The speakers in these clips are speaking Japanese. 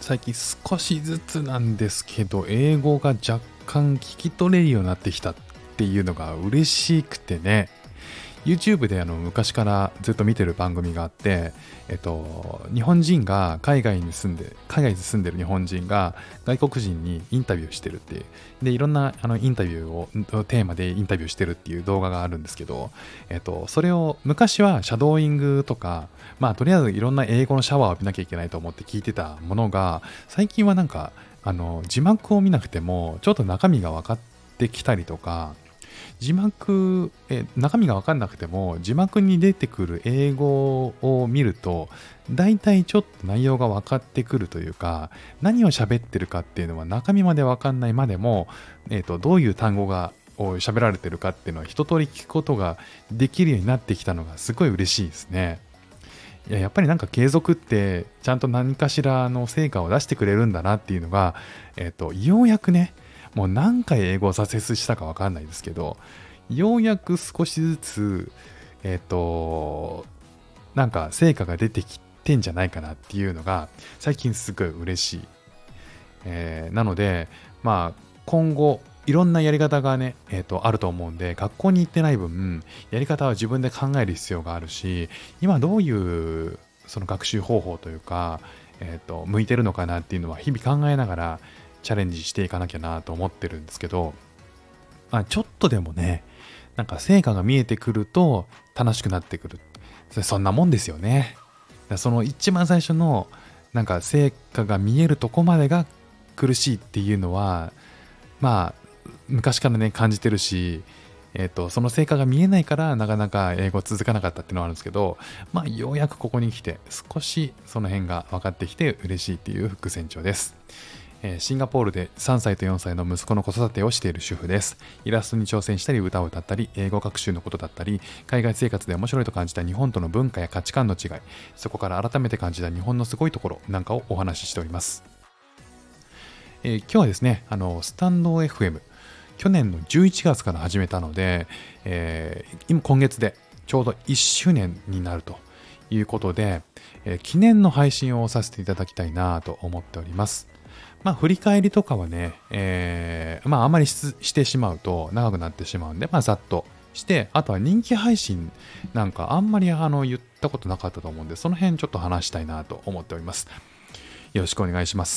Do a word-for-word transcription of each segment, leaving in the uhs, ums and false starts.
最近少しずつなんですけど、英語が若干聞き取れるようになってきたっていうのが嬉しくてね。YouTube であの昔からずっと見てる番組があって、えっと、日本人が海外に住んで、海外に住んでる日本人が外国人にインタビューしてるっていう。で、いろんなあのインタビューを、テーマでインタビューしてるっていう動画があるんですけど、えっと、それを昔はシャドーイングとか、まあ、とりあえずいろんな英語のシャワーを浴びなきゃいけないと思って聞いてたものが、最近はなんか、あの、字幕を見なくても、ちょっと中身が分かってきたりとか、字幕、え中身が分かんなくても字幕に出てくる英語を見ると大体ちょっと内容が分かってくるというか、何を喋ってるかっていうのは中身まで分かんないまでも、えーと、どういう単語がを喋られてるかっていうのは一通り聞くことができるようになってきたのがすごい嬉しいですね。いや、やっぱりなんか継続ってちゃんと何かしらの成果を出してくれるんだなっていうのが、えっと、ようやくね、もう何回英語を挫折したかわかんないですけど、ようやく少しずつ、えっと、なんか成果が出てきてんじゃないかなっていうのが最近すごい嬉しい。えーなので、まあ、今後、いろんなやり方がね、えっと、あると思うんで、学校に行ってない分、やり方は自分で考える必要があるし、今どういうその学習方法というか、えっと、向いてるのかなっていうのは日々考えながらチャレンジしていかなきゃなと思ってるんですけど、まあ、ちょっとでもね、なんか成果が見えてくると楽しくなってくる。そそんなもんですよね。だからその一番最初のなんか成果が見えるとこまでが苦しいっていうのは、まあ昔からね感じてるし、えっとその成果が見えないからなかなか英語続かなかったっていうのはあるんですけど、まあようやくここに来て少しその辺が分かってきて嬉しいっていう副船長です。えーシンガポールでさんさいとよんさいの息子の子育てをしている主婦です。イラストに挑戦したり歌を歌ったり英語学習のことだったり海外生活で面白いと感じた日本との文化や価値観の違い、そこから改めて感じた日本のすごいところなんかをお話ししております。えー今日はですね、あのスタンド エフエム、去年のじゅういちがつから始めたので、えー今今月でちょうどいっしゅうねんになるということで、えー記念の配信をさせていただきたいなと思っております。まあ振り返りとかはね、えーまああまりししてしまうと長くなってしまうんで、まあざっとして、あとは人気配信なんかあんまりあの言ったことなかったと思うんで、その辺ちょっと話したいなと思っております。よろしくお願いします。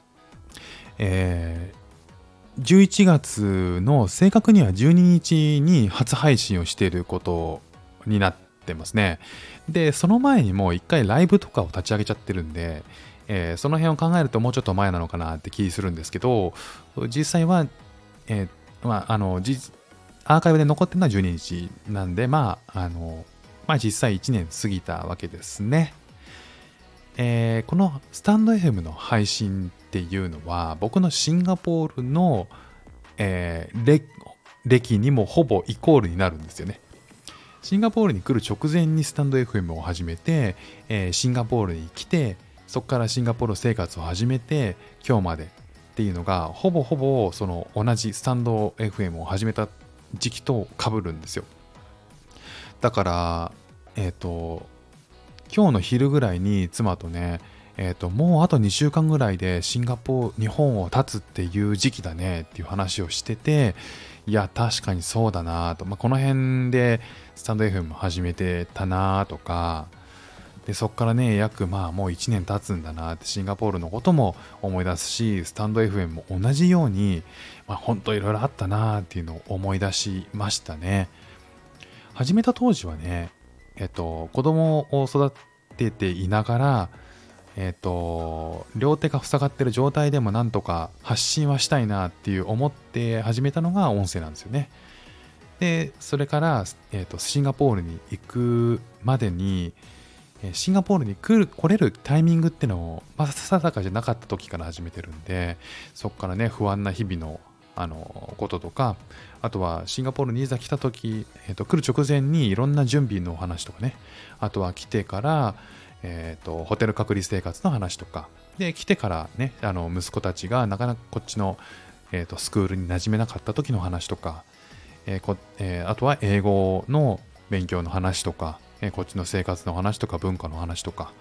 えーじゅういちがつの正確にはじゅうににちに初配信をしていることになってますね。で、その前にも一回ライブとかを立ち上げちゃってるんで、えーその辺を考えるともうちょっと前なのかなって気するんですけど、実際は、えーまあ、あの、実アーカイブで残ってるのはじゅうににちなんで、まあ、あの、まあ実際いちねん過ぎたわけですね。えーこのスタンド エフエム の配信っていうのは僕のシンガポールの、えー歴歴にもほぼイコールになるんですよね。シンガポールに来る直前にスタンド エフエム を始めて、えーシンガポールに来て、そこからシンガポール生活を始めて今日までっていうのがほぼほぼその同じスタンド エフエム を始めた時期と被るんですよ。だからえっ、と今日の昼ぐらいに妻とね、えっ、と、もうあとにしゅうかんぐらいでシンガポール、日本を立つっていう時期だねっていう話をしてて、いや、確かにそうだなと、まあ、この辺でスタンド エフエム 始めてたなとか、で、そっからね、約まあもういちねん経つんだなってシンガポールのことも思い出すし、スタンド エフエム も同じように、まあ本当いろいろあったなっていうのを思い出しましたね。始めた当時はね、えっと、子供を育てていながら、えっと、両手が塞がってる状態でもなんとか発信はしたいなっていう思って始めたのが音声なんですよね。で、それから、えっと、シンガポールに行くまでに、えーシンガポールに来る、来れるタイミングってのを、まあ、定かじゃなかった時から始めてるんで、そこからね、不安な日々の、あの、こととか、あとはシンガポールにいざ来た時、えっと、来る直前にいろんな準備のお話とかね、あとは来てから、えっと、ホテル隔離生活の話とか、で、来てからね、あの、息子たちがなかなかこっちの、えっと、スクールに馴染めなかった時の話とか、えーこえーあとは英語の勉強の話とか、えーこっちの生活の話とか文化の話とか、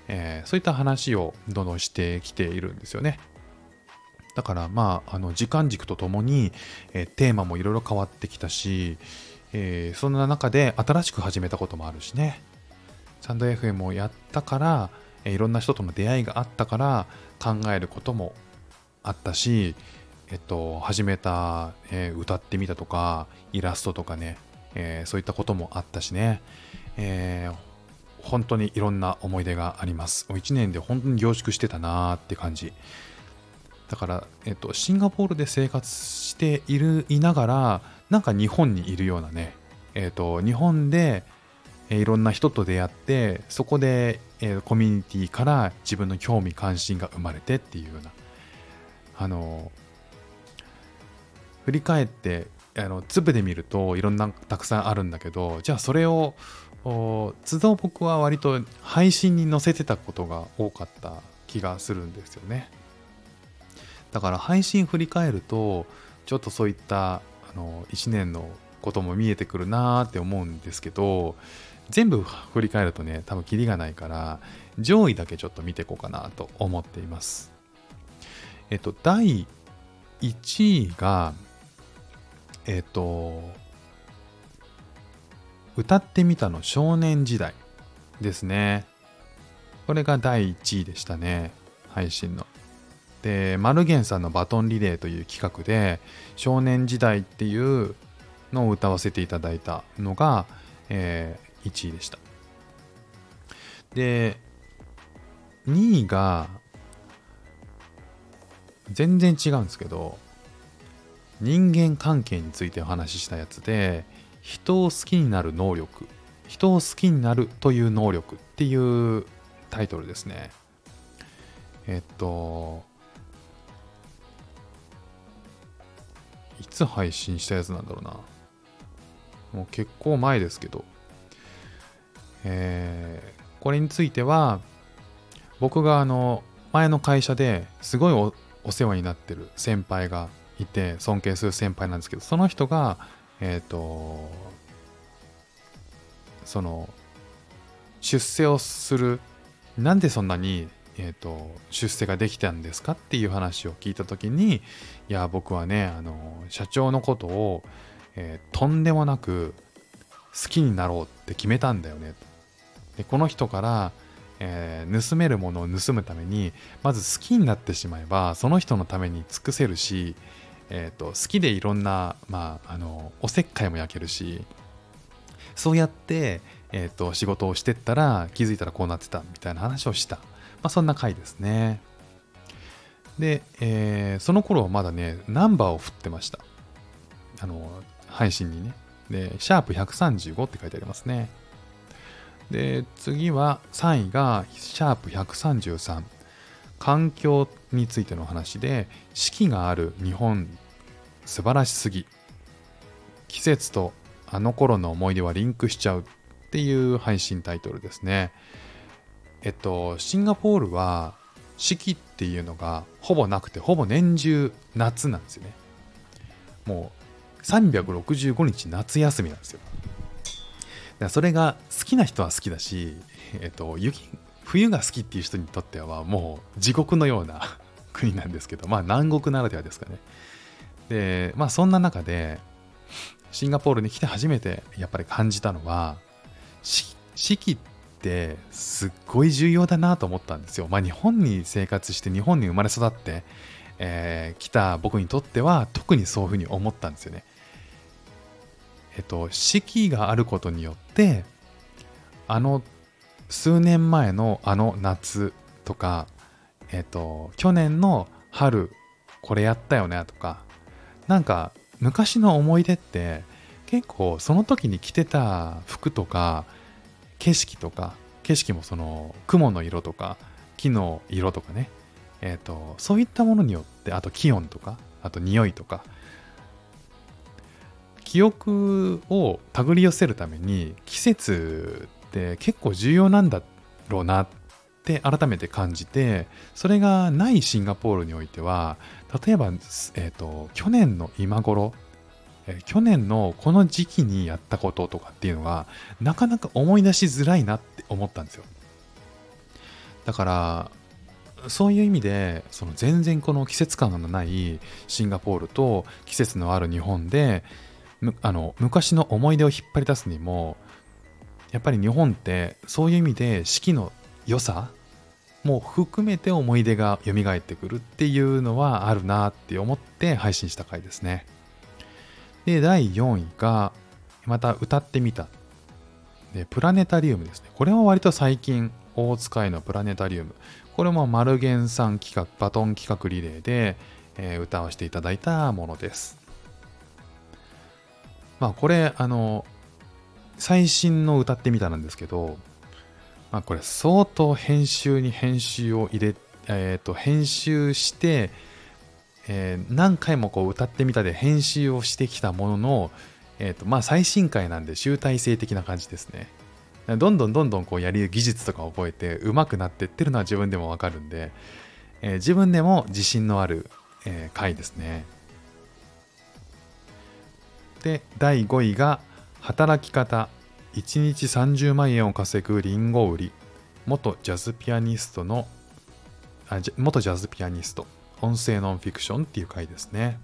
えーそういった話をどんどんしてきているんですよね。だからまあ、あの時間軸とともに、えーテーマもいろいろ変わってきたし、えーそんな中で新しく始めたこともあるしね。サンド エフエム をやったから、えーいろんな人との出会いがあったから考えることもあったし、えっと、始めた、えー歌ってみたとか、イラストとかね、えーそういったこともあったしね、えー本当にいろんな思い出があります。もういちねんで本当に凝縮してたなーって感じ。だから、えっと、シンガポールで生活している、いながら、なんか日本にいるようなね、えっと、日本で、えーいろんな人と出会って、そこで、えーコミュニティから自分の興味関心が生まれてっていうような、あの振り返ってあの粒で見るといろんなたくさんあるんだけど、じゃあそれをお都度僕は割と配信に載せてたことが多かった気がするんですよね。だから配信振り返るとちょっとそういったあのいちねんのことも見えてくるなーって思うんですけど、全部振り返るとね多分キリがないから上位だけちょっと見ていこうかなと思っています。えっとだいいちいがえっと歌ってみたの少年時代ですね。これがだいいちいでしたね、配信の。で、マルゲンさんのバトンリレーという企画で少年時代っていうのを歌わせていただいたのが、えーいちいでした。で、にいが全然違うんですけど、人間関係についてお話ししたやつで、人を好きになる能力、人を好きになるという能力っていうタイトルですね。えっといつ配信したやつなんだろうな。もう結構前ですけど、えーこれについては僕があの前の会社ですごい お, お世話になってる先輩がいて、尊敬する先輩なんですけど、その人がえっとその出世をする、なんでそんなに、えーと、出世ができたんですかっていう話を聞いたときに、いや僕はねあの社長のことを、えーとんでもなく好きになろうって決めたんだよね。でこの人から、えー盗めるものを盗むためにまず好きになってしまえばその人のために尽くせるし、えーと好きでいろんな、まあ、あのおせっかいも焼けるし、そうやって、えーと仕事をしてったら気づいたらこうなってたみたいな話をした、まあ、そんな回ですね。で、えーその頃はまだねナンバーを振ってました、あの配信にね。でシャープひゃくさんじゅうごって書いてありますね。で次はさんいがシャープひゃくさんじゅうさん、環境についての話で、四季がある日本素晴らしすぎ、季節とあの頃の思い出はリンクしちゃうっていう配信タイトルですね。えっとシンガポールは四季っていうのがほぼなくて、ほぼ年中夏なんですよね。もうさんびゃくろくじゅうごにち夏休みなんですよ。だからそれが好きな人は好きだし、えっと雪冬が好きっていう人にとってはもう地獄のような国なんですけど、まあ南国ならではですかね。でまあそんな中でシンガポールに来て初めてやっぱり感じたのは、四季ってすっごい重要だなと思ったんですよ。まあ日本に生活して日本に生まれ育って、えー来た僕にとっては特にそういうふうに思ったんですよね。えっと四季があることによって、あの数年前のあの夏とか、えっと去年の春これやったよねとか、なんか昔の思い出って結構その時に着てた服とか景色とか、景色もその雲の色とか木の色とかね、えっとそういったものによって、あと気温とか、あと匂いとか、記憶を手繰り寄せるために季節って結構重要なんだろうなって改めて感じて、それがないシンガポールにおいては、例えば、えーと、去年の今頃、えー去年のこの時期にやったこととかっていうのがなかなか思い出しづらいなって思ったんですよ。 だからそういう意味でその全然この季節感のないシンガポールと季節のある日本でむあの昔の思い出を引っ張り出すにもやっぱり日本ってそういう意味で四季の良さも含めて思い出が蘇ってくるっていうのはあるなって思って配信した回ですね。でだいよんいがまた歌ってみたでプラネタリウムですね。これは割と最近大塚愛のプラネタリウム、これもマルゲンさん企画バトン企画リレーで、えー、歌わせていただいたものです。まあこれあの最新の歌ってみたなんですけど、まあこれ相当編集に編集を入れ、えっと編集して、えー何回もこう歌ってみたで編集をしてきたものの、えっとまあ最新回なんで集大成的な感じですね。どんどんどんどんこうやり技術とか覚えて上手くなってってるのは自分でもわかるんで、えー自分でも自信のある、えー回ですね。でだいごいが働き方いちにちさんじゅうまんえんを稼ぐリンゴ売り、元ジャズピアニストのあじ元ジャズピアニスト音声ノンフィクションっていう回ですね。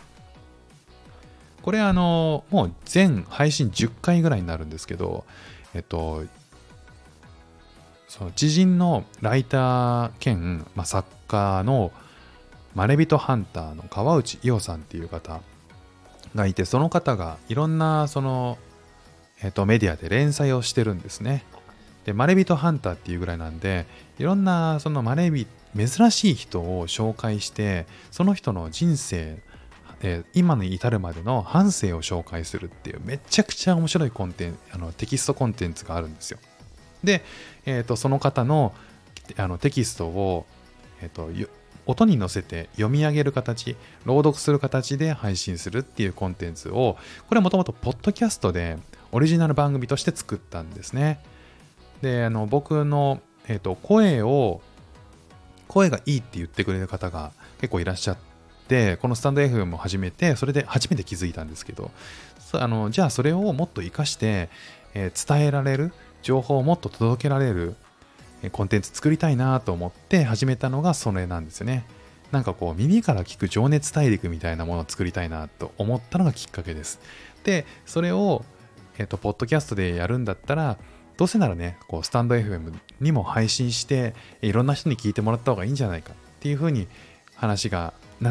これあのもう全配信じゅっかいぐらいになるんですけど、えっとその知人のライター兼、まあ、作家のまれびとハンターの川内伊代さんっていう方がいて、その方がいろんなその、えっと、メディアで連載をしてるんですね。でまれびとハンターっていうぐらいなんで、いろんなそのまれび珍しい人を紹介して、その人の人生、えー今に至るまでの半生を紹介するっていうめちゃくちゃ面白いコンテンツ、あのテキストコンテンツがあるんですよ。で、えー、とその方の、あのテキストを、えー、とよ音に乗せて読み上げる形、朗読する形で配信するっていうコンテンツを、これはもともとポッドキャストでオリジナル番組として作ったんですね。で、あの僕の、えー、と声を声がいいって言ってくれる方が結構いらっしゃって、このスタンド エフエム も始めて、それで初めて気づいたんですけど、そあのじゃあそれをもっと活かして、えー伝えられる情報をもっと届けられるえーコンテンツ作りたいなと思って始めたのがそれなんですよね。なんかこう耳から聞く情熱大陸みたいなものを作りたいなと思ったのがきっかけです。で、それを、えっと、ポッドキャストでやるんだったら、どうせならね、こうスタンド エフエム にも配信して、いろんな人に聞いてもらった方がいいんじゃないかっていう風に話がなって、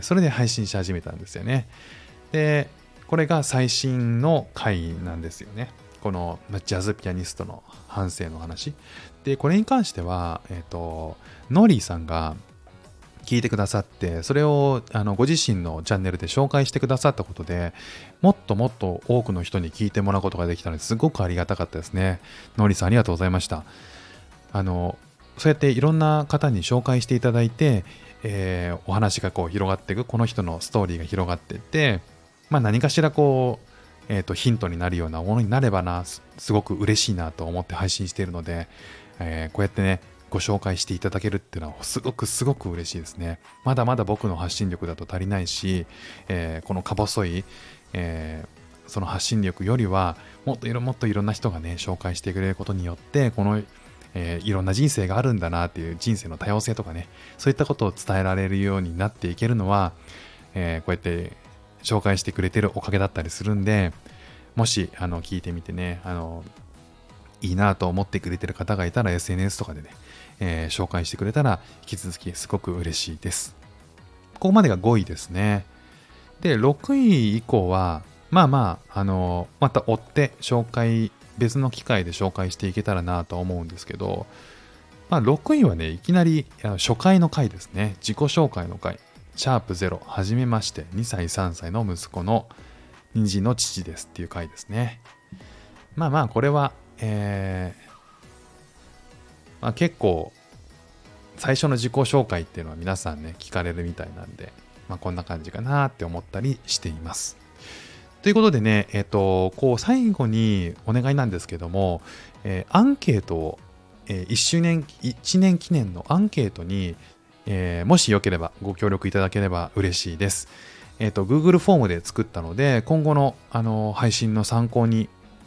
それで配信し始めたんですよね。で、これが最新の回なんですよね。このまあジャズピアニストの半生の話。で、これに関しては、えっと、ノーリーさんが聞いてくださって、それをあのご自身のチャンネルで紹介してくださったことで、もっともっと多くの人に聞いてもらうことができたのですごくありがたかったですね。ノーリーさんありがとうございました。あの、そうやっていろんな方に紹介していただいて、えーお話がこう広がっていく、この人のストーリーが広がっていって、まあ何かしらこう、えーと、ヒントになるようなものになればな、すすごく嬉しいなと思って配信しているので、えーこうやってね、ご紹介していただけるっていうのはすごくすごく嬉しいですね。まだまだ僕の発信力だと足りないし、えーこのか細い、えーその発信力よりはもっといろもっといろんな人がね紹介してくれることによって、この、えーいろんな人生があるんだなっていう人生の多様性とかね、そういったことを伝えられるようになっていけるのは、えーこうやって紹介してくれてるおかげだったりするんで、もしあの聞いてみてね、あのいいなと思ってくれてる方がいたら エスエヌエス とかでね、えー紹介してくれたら引き続きすごく嬉しいです。ここまでがごいですね。で、ろくい以降は、まあまあ、あのまた追って紹介、別の機会で紹介していけたらなと思うんですけど、まあ、ろくいはね、いきなりあの初回の回ですね。自己紹介の回。シャープゼロ、はじめまして、にさい、さんさいの息子のに児の父ですっていう回ですね。まあまあ、これは、えーまあ、結構、最初の自己紹介っていうのは皆さんね、聞かれるみたいなんで、まあ、こんな感じかなって思ったりしています。ということでね、えっと、こう、最後にお願いなんですけども、えーアンケートを、えー、いっしゅうねん、いちねん記念のアンケートに、えーもしよければご協力いただければ嬉しいです。えっと、Google フォームで作ったので、今後の、あの配信の参考に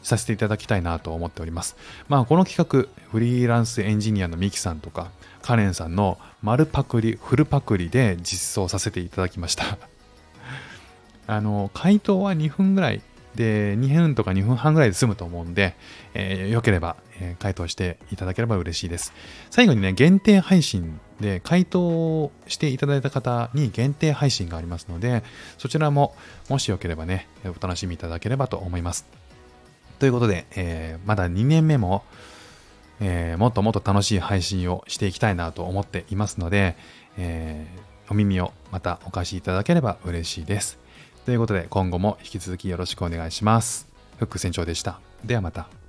させていただきたいなと思っております。まあこの企画、フリーランスエンジニアのミキさんとかカレンさんの丸パクリ、フルパクリで実装させていただきました。あの、回答はにふんぐらいで、にふんとかにふんはんぐらいで済むと思うんで、えー、よければ、えー、回答していただければ嬉しいです。最後にね、限定配信で回答していただいた方に限定配信がありますので、そちらももしよければね、お楽しみいただければと思います。ということで、えー、まだにねんめも、えー、もっともっと楽しい配信をしていきたいなと思っていますので、えー、お耳をまたお貸しいただければ嬉しいです。ということで今後も引き続きよろしくお願いします。フック船長でした。ではまた。